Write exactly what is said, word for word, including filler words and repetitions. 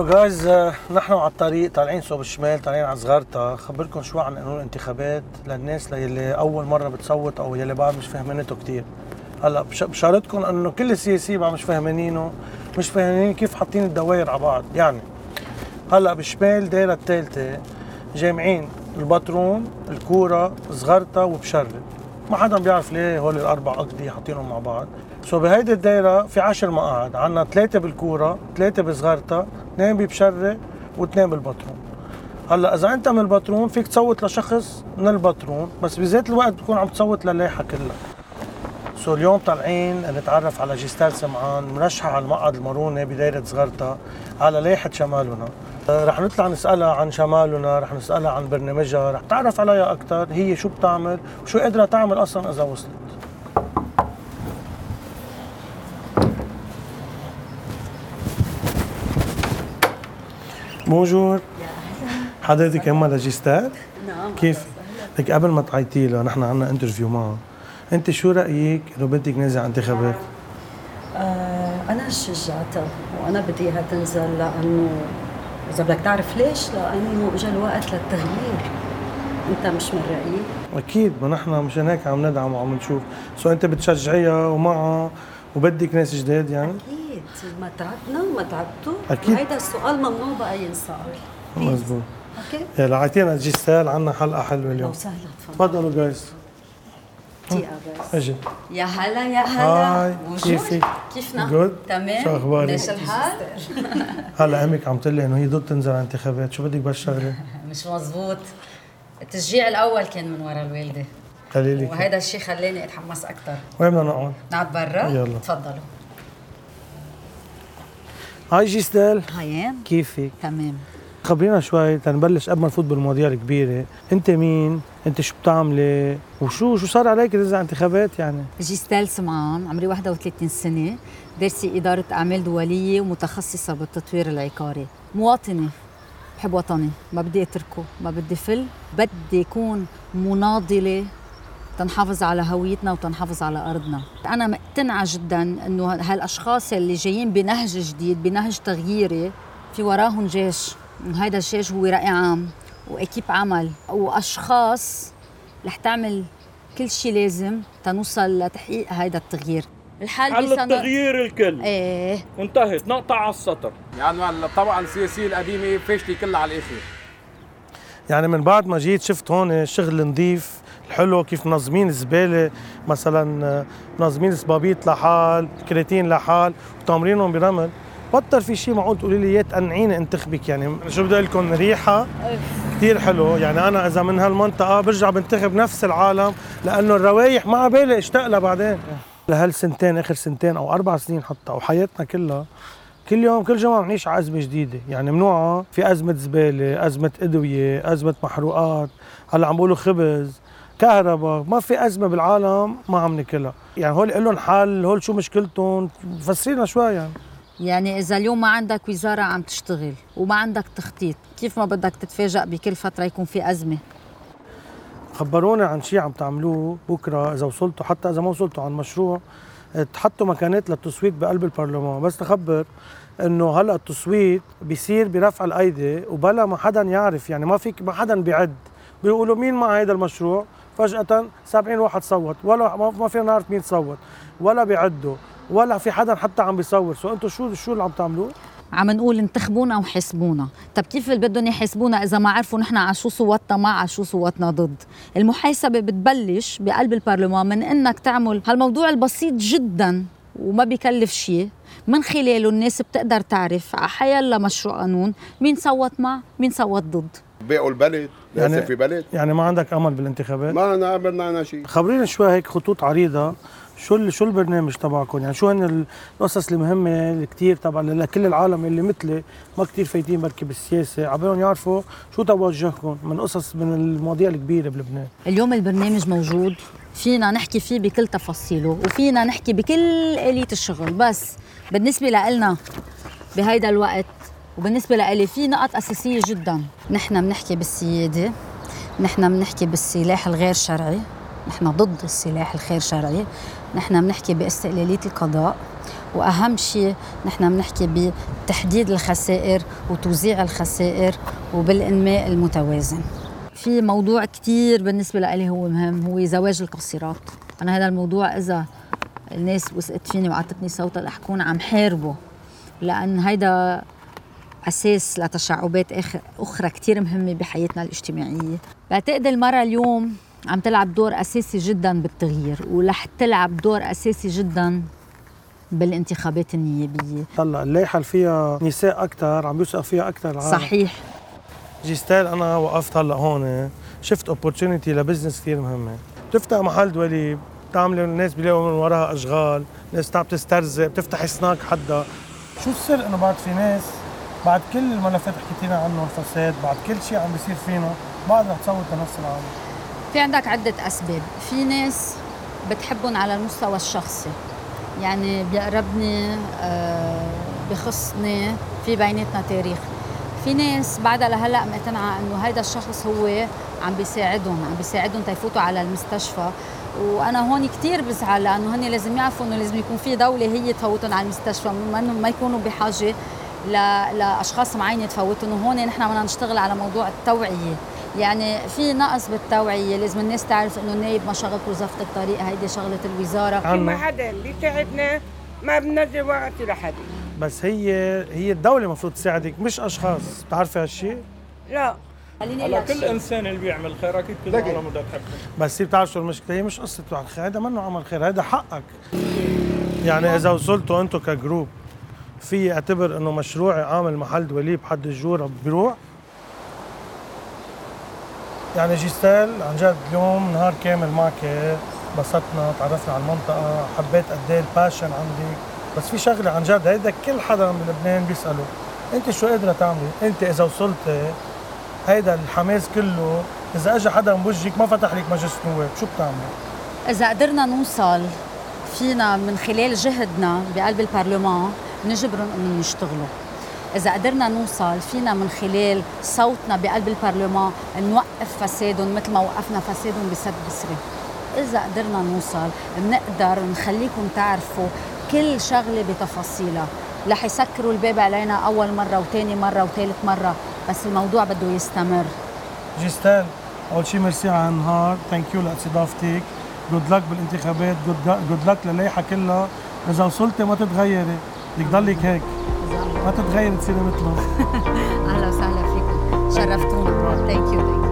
سو جايز نحن على الطريق طالعين صوب الشمال، طالعين على صغارتا. خبركم شوي عن قانون الانتخابات للناس اللي اول مره بتصوت او يلي بعد مش فاهمينته كثير. هلا بشارتكم انه كل السياسيين بعد مش فاهمينينه، مش فاهمين كيف حاطين الدوائر على بعض. يعني هلا بالشمال دايره الثالثه جامعين البطرون، الكوره، صغارتا وبشرب. ما حدا بيعرف ليه هول الاربع اقضيه حاطينهم مع بعض. سو بهيدي الدايره في عشر مقاعد، عندنا ثلاثه بالكوره، ثلاثه بصغارتا، اثنين ببشرة واثنين بالبطرون. هلا اذا انت من البطرون فيك تصوت لشخص من البطرون، بس بذات الوقت بتكون عم تصوت للائحه كلها. سو اليوم طالعين نتعرف على جيستال سمعان، مرشحه على المقعد الماروني بدايره صغارتا على لائحه شمالنا. رح نطلع نسالها عن شمالنا، رح نسالها عن برنامجها، رح تعرف عليها اكثر هي شو بتعمل وشو قادره تعمل اصلا اذا وصلت. بونجور. حضرتك أمها لجيستال؟ نعم. كيف؟ لك قبل ما تعيطي لها نحن عنا انترفيو معها، انت شو رايك لو بدك ننزل على انتخابات؟ آه انا شجعتها وانا بدي اياها تنزل، لانه اذا بدك تعرف ليش، لانه اجى الوقت للتغيير. انت مش من رايي؟ اكيد، ما نحن مشان هيك عم ندعم وعم نشوف. سو انت بتشجعيها ومعها وبدك ناس جداد يعني؟ اكيد، ما تعبنا وما تعبتوا. اكيد، هيدا السؤال ممنوع بقى ينسال. مزبوط. اوكي، يلا عيطينا جيستال، عنا حلقه حلوه اليوم. لو سهلا. تفضلوا جايز. دقيقة بس. اجي. يا هلا يا هلا. هاي، كيفك؟ كيفنا؟ جود. تمام. شو اخبارك؟ ماشي الحال؟ هلا امك عم تقول لي انه هي ضد تنزل على انتخابات، شو بدك بهالشغله؟ مش مزبوط. التشجيع الاول كان من ورا الوالده، قليلي وهذا الشيء خلاني اتحمس اكثر. وين بدنا نقعد؟ نقعد برا؟ يلا تفضلوا. هاي جيستال، هيان كيفك؟ تمام. خبرينا شوي تنبلش قبل ما نفوت بالمواضيع الكبيره، انت مين؟ انت شو بتعملي؟ وشو شو صار عليك تنزل على انتخابات يعني؟ جيستال سمعان، عمري واحد وثلاثين سنه، دارسه اداره اعمال دوليه ومتخصصه بالتطوير العقاري. مواطنه، بحب وطني، ما بدي اتركه، ما بدي فل، بدي اكون مناضله تنحافظ على هويتنا وتنحافظ على أرضنا. أنا مقتنعة جداً أنه هالأشخاص اللي جايين بنهج جديد، بنهج تغييري، في وراهم جيش، وهذا الجيش هو رأي عام وأكيب عمل وأشخاص رح تعمل كل شيء لازم تنوصل لتحقيق هذا التغيير. الحال حل التغيير الكل. ايه وانتهت، نقطة على السطر. يعني طبعا السياسية القديمة فاشلة كلها على الآخر. يعني من بعد ما جيت شفت هون الشغل نظيف الحلو، كيف منظمين الزباله مثلا، منظمين الصبابيط لحال، كريتين لحال، وتامرينهم برمل. بطل في شيء معقول تقولي لي يا تقنعيني انتخبك. يعني شو بدي اقول لكم، ريحه كثير حلو. يعني انا اذا من هالمنطقه برجع بنتخب نفس العالم، لانه الروايح ما عبالي اشتاق لها بعدين. لهالسنتين، اخر سنتين او اربع سنين حتى، او حياتنا كلها، كل يوم كل جمعة بنعيش على أزمة جديدة. يعني منوعة في أزمة زبالة، أزمة أدوية، أزمة محروقات، هلا عم بقولوا خبز، كهرباء، ما في أزمة بالعالم ما عم ناكلها. يعني هول لهم حل، هول شو مشكلتهم؟ فسرينا شوي. يعني يعني إذا اليوم ما عندك وزارة عم تشتغل وما عندك تخطيط، كيف ما بدك تتفاجأ بكل فترة يكون في أزمة؟ خبروني عن شيء عم تعملوه بكرة إذا وصلتوا، حتى إذا ما وصلتوا عن مشروع، تحطوا مكانات للتصويت بقلب البرلمان. بس تخبر انه هلا التصويت بيصير برفع الايدي وبلا ما حدا يعرف. يعني ما فيك، ما حدا بيعد، بيقولوا مين مع هذا المشروع، فجأة سبعين واحد صوت، ولا ما فينا نعرف مين صوت، ولا بيعدوا، ولا في حدا حتى عم بيصور. سو انتم شو شو اللي عم تعملوه؟ عم نقول انتخبونا وحاسبونا. طب كيف اللي بدهم يحاسبونا اذا ما عرفوا نحن على شو صوتنا مع، على شو صوتنا ضد؟ المحاسبه بتبلش بقلب البرلمان من انك تعمل هالموضوع البسيط جدا وما بيكلف شيء، من خلاله الناس بتقدر تعرف على حيلا مشروع قانون مين صوت مع مين صوت ضد. بيعوا البلد، يعني في بلد. يعني ما عندك امل بالانتخابات؟ ما انا عملنا انا شيء. خبرينا شوي هيك خطوط عريضه، شو شو البرنامج تبعكم؟ يعني شو هن القصص المهمه اللي كثير طبعا لكل العالم اللي مثلي ما كثير فايتين بركي بالسياسه، عبالهم يعرفوا شو توجهكم من قصص من المواضيع الكبيره بلبنان. اليوم البرنامج موجود، فينا نحكي فيه بكل تفاصيله وفينا نحكي بكل آلية الشغل. بس بالنسبه لنا بهيدا الوقت وبالنسبه لي في نقط اساسيه جدا. نحن بنحكي بالسياده، نحن بنحكي بالسلاح الغير شرعي، نحن ضد السلاح الغير شرعي، نحن بنحكي باستقلالية القضاء، وأهم شيء نحن بنحكي بتحديد الخسائر وتوزيع الخسائر وبالإنماء المتوازن. في موضوع كتير بالنسبة لي هو مهم، هو زواج القاصرات. أنا هذا الموضوع إذا الناس وثقت فيني وعطتني صوتها رح كون عم حاربه، لأن هيدا أساس لتشعبات أخرى كتير مهمة بحياتنا الاجتماعية. بعتقد المرأة اليوم عم تلعب دور أساسي جداً بالتغيير، ورح تلعب دور أساسي جداً بالانتخابات النيابية. طلع اللائحة اللي فيها نساء أكتر عم بيوثق فيها أكتر العالم. صحيح. جيستال أنا وقفت هلا هون شفت اوبورتونيتي لبزنس كثير مهمة. بتفتح محل دواليب، بتعمل الناس بيلاقوا من وراها أشغال، ناس تعب تسترزق، بتفتح سناك حدا. شو السر إنه بعد في ناس بعد كل الملفات حكيتينا عنه الفساد، بعد كل شيء عم بيصير فينا بعد رح تصوت لنفس العالم؟ في عندك عدة أسباب. في ناس بتحبهم على المستوى الشخصي، يعني بيقربني آه بخصني في بيناتنا تاريخ. في ناس بعدها لهلا مقتنعة انه هيدا الشخص هو عم بيساعدهم عم بيساعدهم تيفوتوا على المستشفى، وانا هون كثير بزعل لانه هن لازم يعرفوا انه لازم يكون في دولة هي تفوتهم على المستشفى، ما يكونوا بحاجة لاشخاص معينة تفوتهم. وهون نحن بدنا نشتغل على موضوع التوعية، يعني في نقص بالتوعية. لازم الناس تعرف انه النايب ما شغلته وزفت الطريق، هيدي شغلة الوزارة. ما حدا اللي ساعدنا ما بنرجع وقت لحدا، بس هي هي الدولة المفروض تساعدك مش أشخاص. بتعرفي هالشيء؟ لا. على كل إنسان اللي بيعمل خير أكيد كل العالم بدها تحبه. بس هي بتعرف شو المشكلة؟ هي مش قصة عن خير، هذا منه عمل خير، هذا حقك. يعني إذا وصلتوا أنتوا كجروب في اعتبر إنه مشروعي عامل محل دواليب حد الجورة بيروح. يعني جيستال عن جد اليوم نهار كامل معك، بسطنا، تعرفنا على المنطقة، حبيت قد ايه الباشن عندك. بس في شغلة عن جد هيدا كل حدا بلبنان بيسأله، انت شو قادرة تعملي؟ انت اذا وصلتي هيدا الحماس كله، اذا اجى حدا بوجهك ما فتح لك مجلس نواب، شو بتعملي؟ اذا قدرنا نوصل فينا من خلال جهدنا بقلب البرلمان نجبرهم انهم يشتغلوا. إذا قدرنا نوصل فينا من خلال صوتنا بقلب البرلمان نوقف فسادهم مثل ما وقفنا فسادهم بسد بسري. إذا قدرنا نوصل بنقدر نخليكم تعرفوا كل شغلة بتفاصيلها. رح يسكروا الباب علينا أول مرة وثاني مرة وثالث مرة، بس الموضوع بده يستمر. جيستال أول شيء ميرسي على النهار، ثانك يو لاستضافتك، جود لك بالانتخابات، جود لك لللايحة كلها. إذا وصلتي ما تتغيري، بدك ضلك هيك ما تتغيري تصيري مثله. أهلا وسهلا فيكم، شرفتونا. ثانك يو.